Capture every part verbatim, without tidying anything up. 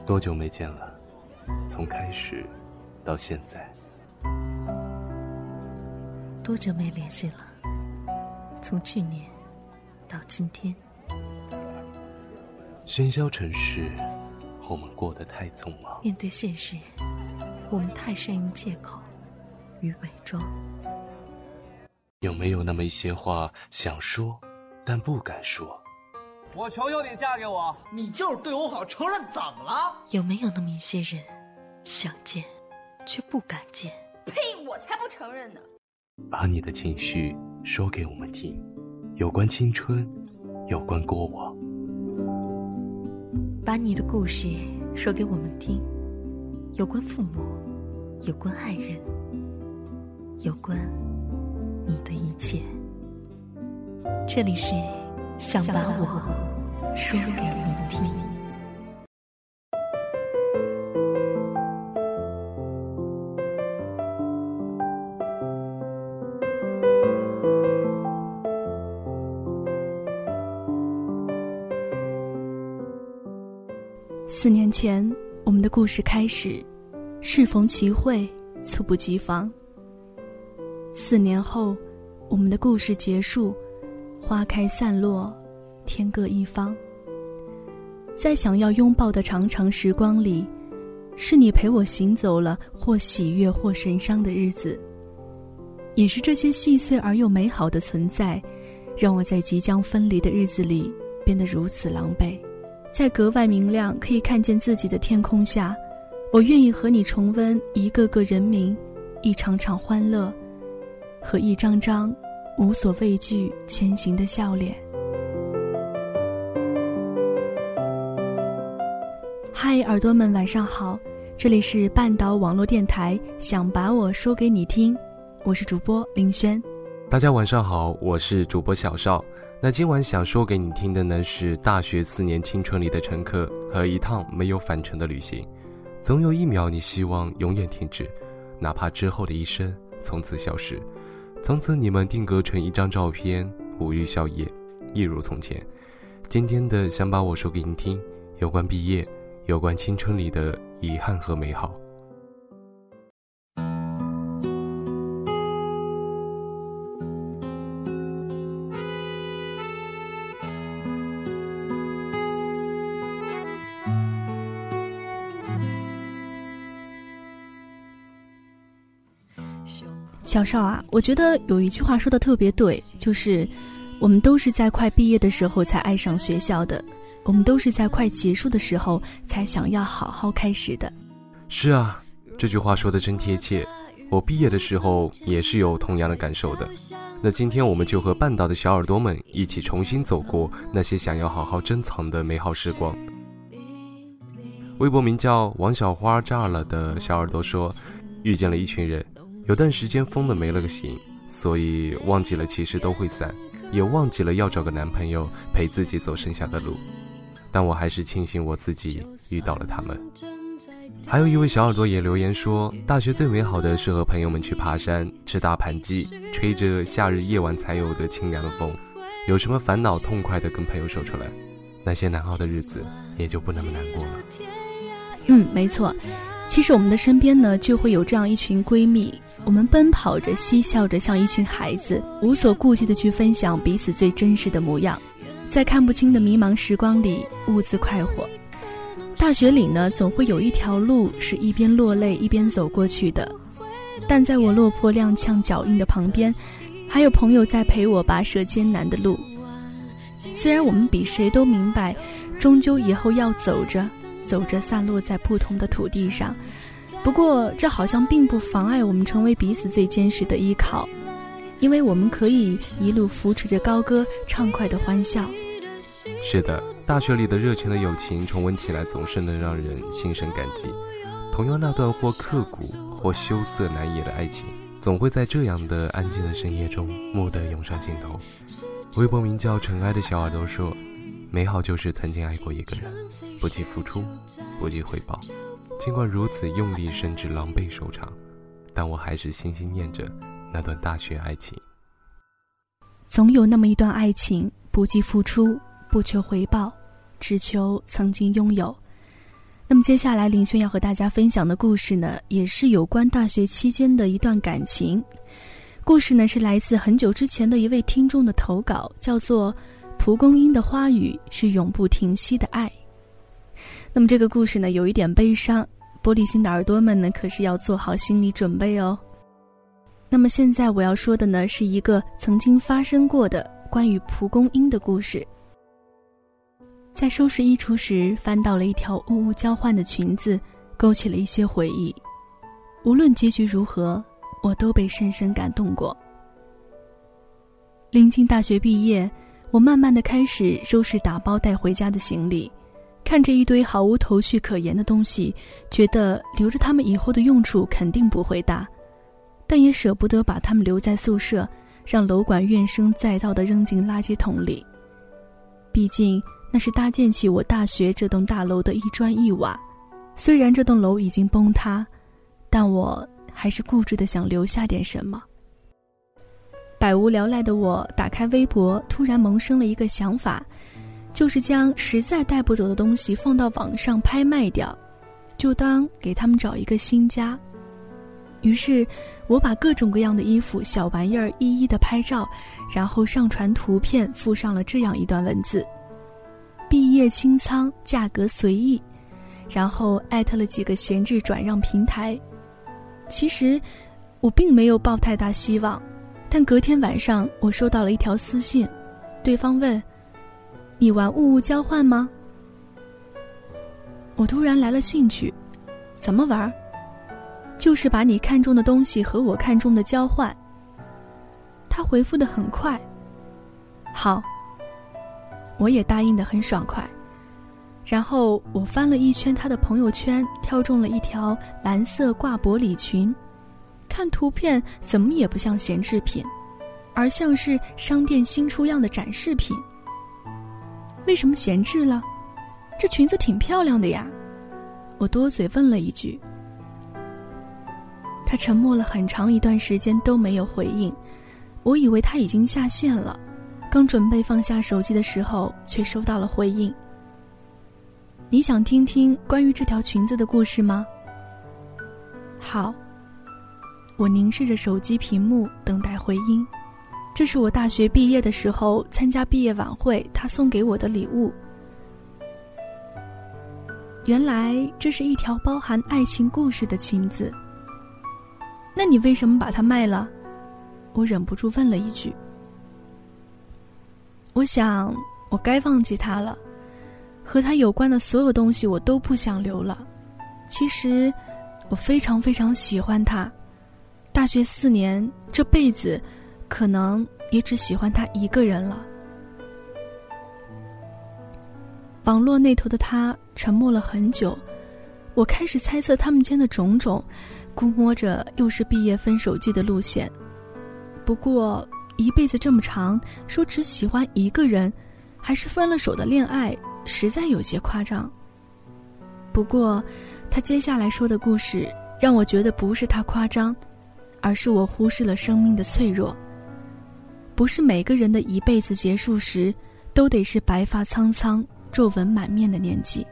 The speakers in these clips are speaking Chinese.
多久没见了？从开始到现在。 多久没联系了？从去年到今天。 喧嚣城市，我们过得太匆忙。 面对现实，我们太善用借口与伪装。 有没有那么一些话想说但不敢说？ 我求求你嫁给我。 你就是对我好，承认怎么了？ 有没有那么一些人想见却不敢见？ 呸，我才不承认呢。 把你的情绪说给我们听，有关青春，有关过往。 把你的故事说给我们听，有关父母，有关爱人，有关你的一切。这里是想把我说给你听。 四年前，我们的故事开始，适逢其会，猝不及防。四年后，我们的故事结束，花开散落，天各一方。在想要拥抱的长长时光里，是你陪我行走了或喜悦或神伤的日子，也是这些细碎而又美好的存在，让我在即将分离的日子里变得如此狼狈。在格外明亮可以看见自己的天空下，我愿意和你重温一个个人名，一场场欢乐，和一张张无所畏惧前行的笑脸。嗨，耳朵们晚上好，这里是半岛网络电台，想把我说给你听，我是主播林轩。 大家晚上好，我是主播小邵。那今晚想说给你听的呢，是大学四年青春里的乘客和一趟没有返程的旅行。总有一秒你希望永远停止，哪怕之后的一生从此消失。从此你们定格成一张照片，五日宵夜，一如从前。今天的想把我说给你听，有关毕业，有关青春里的遗憾和美好。 小邵啊，我觉得有一句话说的特别对，就是我们都是在快毕业的时候才爱上学校的，我们都是在快结束的时候才想要好好开始的。 是啊，这句话说的真贴切，我毕业的时候也是有同样的感受的。那今天我们就和半岛的小耳朵们一起重新走过那些想要好好珍藏的美好时光。微博名叫王小花炸了的小耳朵说，遇见了一群人，有段时间疯的没了个形，所以忘记了其实都会散，也忘记了要找个男朋友陪自己走剩下的路，但我还是庆幸我自己遇到了他们。还有一位小耳朵也留言说，大学最美好的是和朋友们去爬山，吃大盘鸡，吹着夏日夜晚才有的清凉的风，有什么烦恼痛快的跟朋友说出来，那些难熬的日子也就不那么难过了。 嗯，没错，其实我们的身边呢，就会有这样一群闺蜜，我们奔跑着嬉笑着，像一群孩子，无所顾忌地去分享彼此最真实的模样，在看不清的迷茫时光里兀自快活。大学里呢，总会有一条路是一边落泪一边走过去的，但在我落魄踉跄脚印的旁边，还有朋友在陪我跋涉艰难的路。虽然我们比谁都明白，终究以后要走着走着散落在不同的土地上，不过这好像并不妨碍我们成为彼此最坚实的依靠，因为我们可以一路扶持着高歌，畅快的欢笑。 是的，大学里的热情的友情重温起来总是能让人心生感激。同样那段或刻骨或羞涩难言的爱情，总会在这样的安静的深夜中蓦地涌上心头。微博名叫尘埃的小耳朵说，美好就是曾经爱过一个人，不计付出，不计回报，尽管如此用力甚至狼狈收场，但我还是心心念着那段大学爱情。 总有那么一段爱情，不计付出，不求回报，只求曾经拥有。 那么接下来林轩要和大家分享的故事呢，也是有关大学期间的一段感情。故事呢是来自很久之前的一位听众的投稿，叫做《蒲公英的花语是永不停息的爱》。那么这个故事呢有一点悲伤，玻璃心的耳朵们呢可是要做好心理准备哦。那么现在我要说的呢是一个曾经发生过的关于蒲公英的故事。在收拾衣橱时，翻到了一条物物交换的裙子，勾起了一些回忆。无论结局如何，我都被深深感动过。临近大学毕业，我慢慢地开始收拾打包带回家的行李，看着一堆毫无头绪可言的东西，觉得留着它们以后的用处肯定不会大，但也舍不得把它们留在宿舍，让楼管怨声载道地扔进垃圾桶里。毕竟那是搭建起我大学这栋大楼的一砖一瓦，虽然这栋楼已经崩塌，但我还是固执地想留下点什么。百无聊赖的我打开微博，突然萌生了一个想法，就是将实在带不走的东西放到网上拍卖掉，就当给他们找一个新家。于是我把各种各样的衣服小玩意儿一一的拍照，然后上传图片，附上了这样一段文字：毕业清仓，价格随意，然后艾特了几个闲置转让平台。其实我并没有抱太大希望，但隔天晚上我收到了一条私信，对方问：你玩物物交换吗？我突然来了兴趣，怎么玩？就是把你看中的东西和我看中的交换。他回复得很快，好。我也答应得很爽快，然后我翻了一圈他的朋友圈，挑中了一条蓝色挂脖礼裙，看图片怎么也不像闲置品，而像是商店新出样的展示品。为什么闲置了？这裙子挺漂亮的呀，我多嘴问了一句。他沉默了很长一段时间都没有回应，我以为他已经下线了，刚准备放下手机的时候，却收到了回应。你想听听关于这条裙子的故事吗？好。我凝视着手机屏幕，等待回音。这是我大学毕业的时候参加毕业晚会，他送给我的礼物。原来这是一条包含爱情故事的裙子。那你为什么把它卖了？我忍不住问了一句。我想我该忘记它了，和它有关的所有东西我都不想留了。其实我非常非常喜欢它，大学四年，这辈子可能也只喜欢他一个人了。网络那头的他沉默了很久，我开始猜测他们间的种种，估摸着又是毕业分手季的路线。不过一辈子这么长，说只喜欢一个人，还是分了手的恋爱，实在有些夸张。不过他接下来说的故事让我觉得不是他夸张，而是我忽视了生命的脆弱。不是每个人的一辈子结束时都得是白发苍苍皱纹满面的年纪。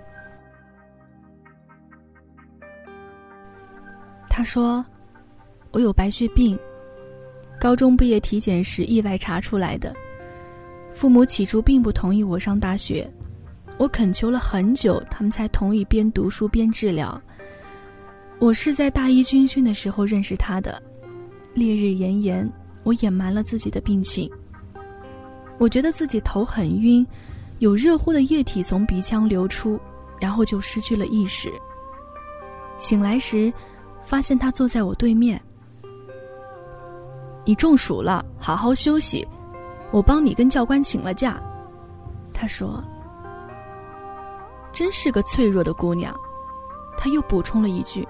他说，我有白血病，高中毕业体检时意外查出来的。父母起初并不同意我上大学，我恳求了很久，他们才同意边读书边治疗。我是在大一军训的时候认识他的，烈日炎炎，我隐瞒了自己的病情。我觉得自己头很晕，有热乎的液体从鼻腔流出，然后就失去了意识。醒来时发现他坐在我对面。你中暑了，好好休息，我帮你跟教官请了假。他说，真是个脆弱的姑娘。他又补充了一句。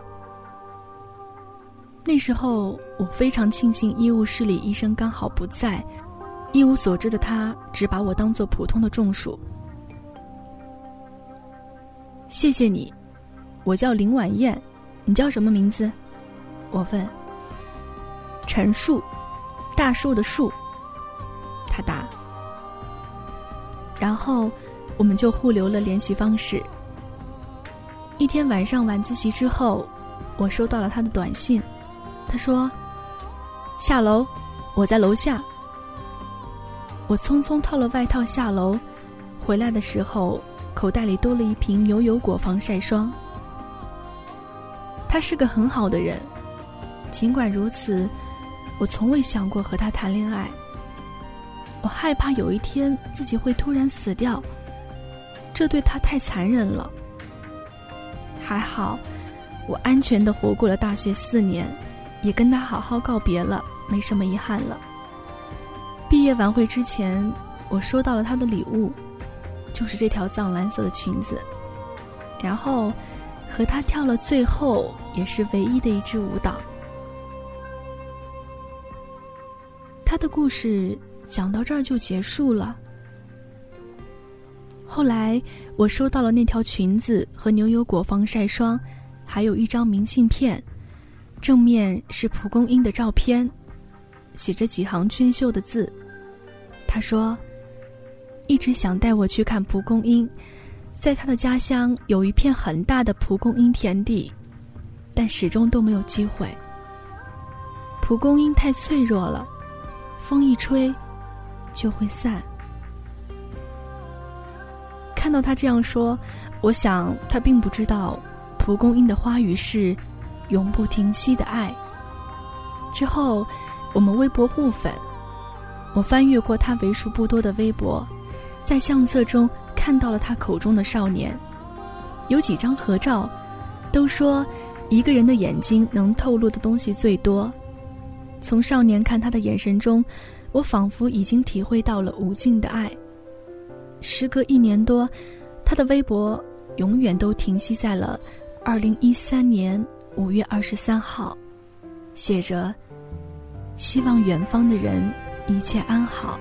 那时候我非常庆幸医务室里医生刚好不在，一无所知的他只把我当作普通的中暑。谢谢你，我叫林婉燕，你叫什么名字？我问。陈树，大树的树。他答。然后我们就互留了联系方式。 一天晚上晚自习之后，我收到了他的短信，他说：下楼，我在楼下。我匆匆套了外套下楼，回来的时候口袋里多了一瓶牛油果防晒霜。他是个很好的人，尽管如此，我从未想过和他谈恋爱。我害怕有一天自己会突然死掉，这对他太残忍了。还好，我安全地活过了大学四年，也跟他好好告别了，没什么遗憾了。毕业晚会之前，我收到了他的礼物，就是这条藏蓝色的裙子，然后和他跳了最后也是唯一的一支舞蹈。他的故事讲到这儿就结束了。后来我收到了那条裙子和牛油果防晒霜，还有一张明信片，正面是蒲公英的照片，写着几行娟秀的字。他说一直想带我去看蒲公英，在他的家乡有一片很大的蒲公英田地，但始终都没有机会。蒲公英太脆弱了，风一吹就会散。看到他这样说，我想他并不知道蒲公英的花语是永不停息的爱。之后我们微博互粉，我翻阅过他为数不多的微博，在相册中看到了他口中的少年。有几张合照都说一个人的眼睛能透露的东西最多，从少年看他的眼神中，我仿佛已经体会到了无尽的爱。时隔一年多，他的微博永远都停息在了二零一三年五月二十三号，写着希望远方的人一切安好。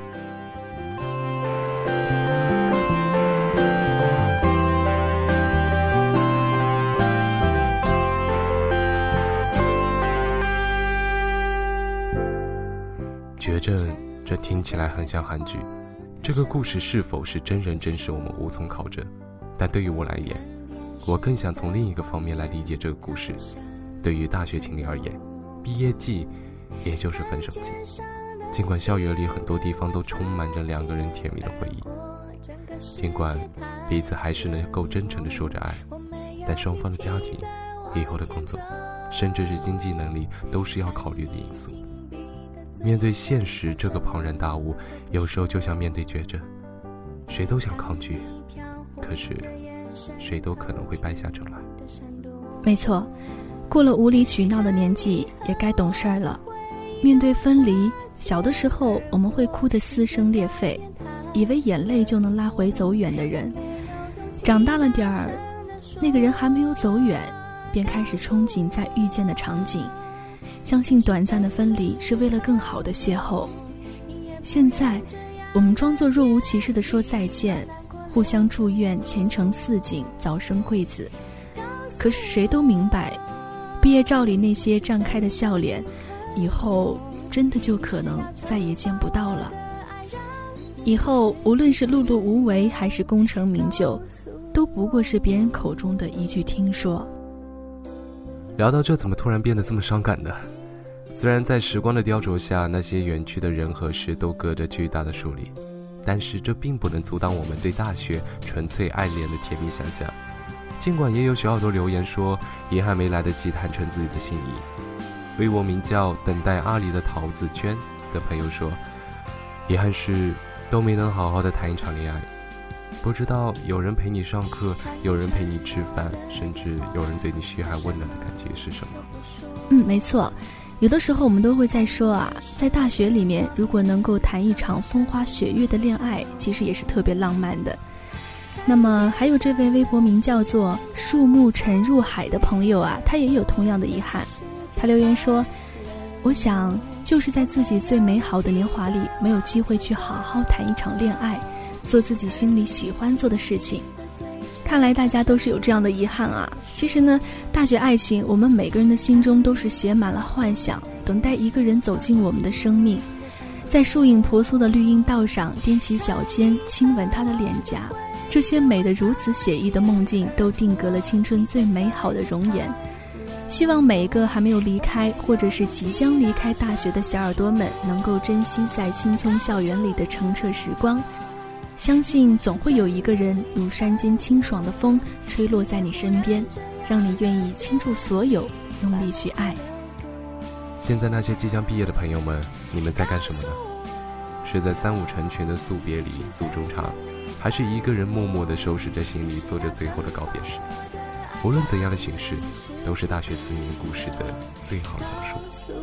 觉着这听起来很像韩剧，这个故事是否是真人真事我们无从考证，但对于我来言，我更想从另一个方面来理解这个故事。对于大学情侣而言，毕业季也就是分手季。尽管校园里很多地方都充满着两个人甜蜜的回忆，尽管彼此还是能够真诚地说着爱，但双方的家庭、以后的工作，甚至是经济能力都是要考虑的因素。面对现实这个庞然大物，有时候就像面对抉择，谁都想抗拒，可是谁都可能会败下阵来。 没错，过了无理取闹的年纪，也该懂事儿了。面对分离，小的时候我们会哭得撕声裂肺，以为眼泪就能拉回走远的人。长大了点儿，那个人还没有走远，便开始憧憬再遇见的场景，相信短暂的分离是为了更好的邂逅。现在我们装作若无其事地说再见，互相祝愿前程似锦，早生贵子。可是谁都明白，毕业照里那些绽开的笑脸，以后真的就可能再也见不到了。以后无论是碌碌无为还是功成名就，都不过是别人口中的一句听说。 聊到这，怎么突然变得这么伤感呢？虽然在时光的雕琢下，那些远去的人和事都隔着巨大的疏离，但是这并不能阻挡我们对大学纯粹爱恋的甜蜜想象。尽管也有小耳朵留言说遗憾没来得及坦诚自己的心意，微博名叫等待阿里的桃子娟的朋友说，遗憾是都没能好好的谈一场恋爱，不知道有人陪你上课，有人陪你吃饭，甚至有人对你嘘寒问暖的感觉是什么？ 嗯，没错，有的时候我们都会在说啊，在大学里面如果能够谈一场风花雪月的恋爱，其实也是特别浪漫的。那么还有这位微博名叫做树木沉入海的朋友啊，他也有同样的遗憾。他留言说，我想就是在自己最美好的年华里，没有机会去好好谈一场恋爱，做自己心里喜欢做的事情。看来大家都是有这样的遗憾啊。其实呢，大学爱情我们每个人的心中都是写满了幻想，等待一个人走进我们的生命，在树影婆娑的绿荫道上踮起脚尖亲吻他的脸颊， 这些美得如此写意的梦境，都定格了青春最美好的容颜。希望每一个还没有离开，或者是即将离开大学的小耳朵们，能够珍惜在青葱校园里的澄澈时光。相信总会有一个人，如山间清爽的风，吹落在你身边，让你愿意倾注所有，用力去爱。 现在那些即将毕业的朋友们，你们在干什么呢？是在三五成群的宿别里诉衷肠，还是一个人默默地收拾着行李，做着最后的告别式？无论怎样的形式，都是大学四年故事的最好讲述。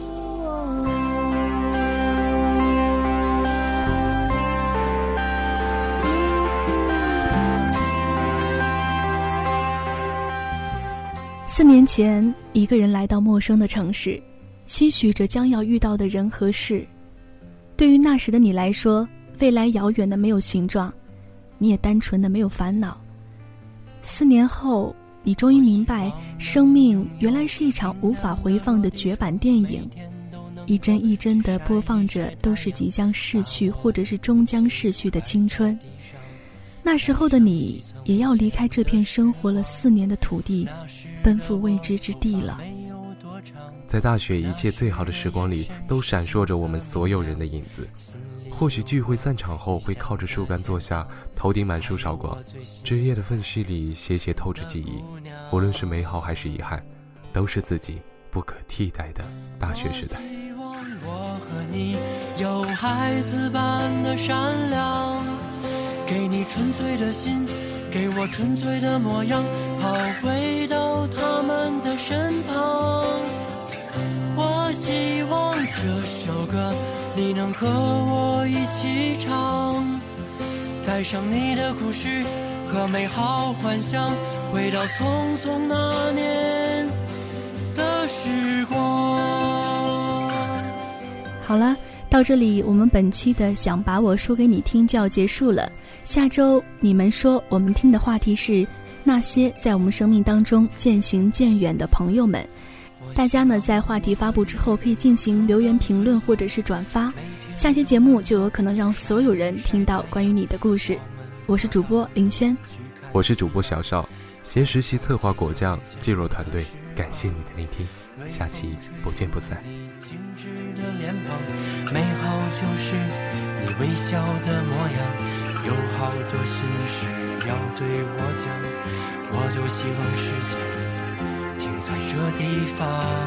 四年前，一个人来到陌生的城市，期许着将要遇到的人和事。对于那时的你来说，未来遥远的没有形状，你也单纯的没有烦恼。四年后，你终于明白，生命原来是一场无法回放的绝版电影，一帧一帧地播放着都是即将逝去或者是终将逝去的青春。那时候的你也要离开这片生活了四年的土地，奔赴未知之地了。 在大学一切最好的时光里，都闪烁着我们所有人的影子。或许聚会散场后，会靠着树干坐下，头顶满树韶光，枝叶的缝隙里斜斜透着记忆。无论是美好还是遗憾，都是自己不可替代的大学时代。 希望我和你有孩子般的善良，给你纯粹的心，给我纯粹的模样，跑回到他们的身旁。我希望这首歌你能和我一起唱，带上你的故事和美好幻想，回到匆匆那年的时光。 好了，到这里我们本期的想把我说给你听就要结束了。下周你们说我们听的话题是那些在我们生命当中渐行渐远的朋友们。大家呢在话题发布之后可以进行留言评论或者是转发，下期节目就有可能让所有人听到关于你的故事。我是主播林轩， 我是主播小邵，携实习策划果酱肌肉团队，感谢你的聆听，下期不见不散。 精致的脸庞，美好就是你微笑的模样，有好多心事要对我讲，我就希望时间停在这地方。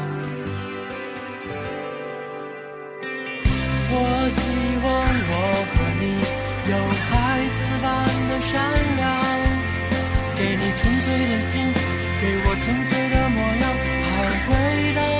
我希望我和你有孩子般的善良，给你纯粹的心，给我纯粹的模样，跑回到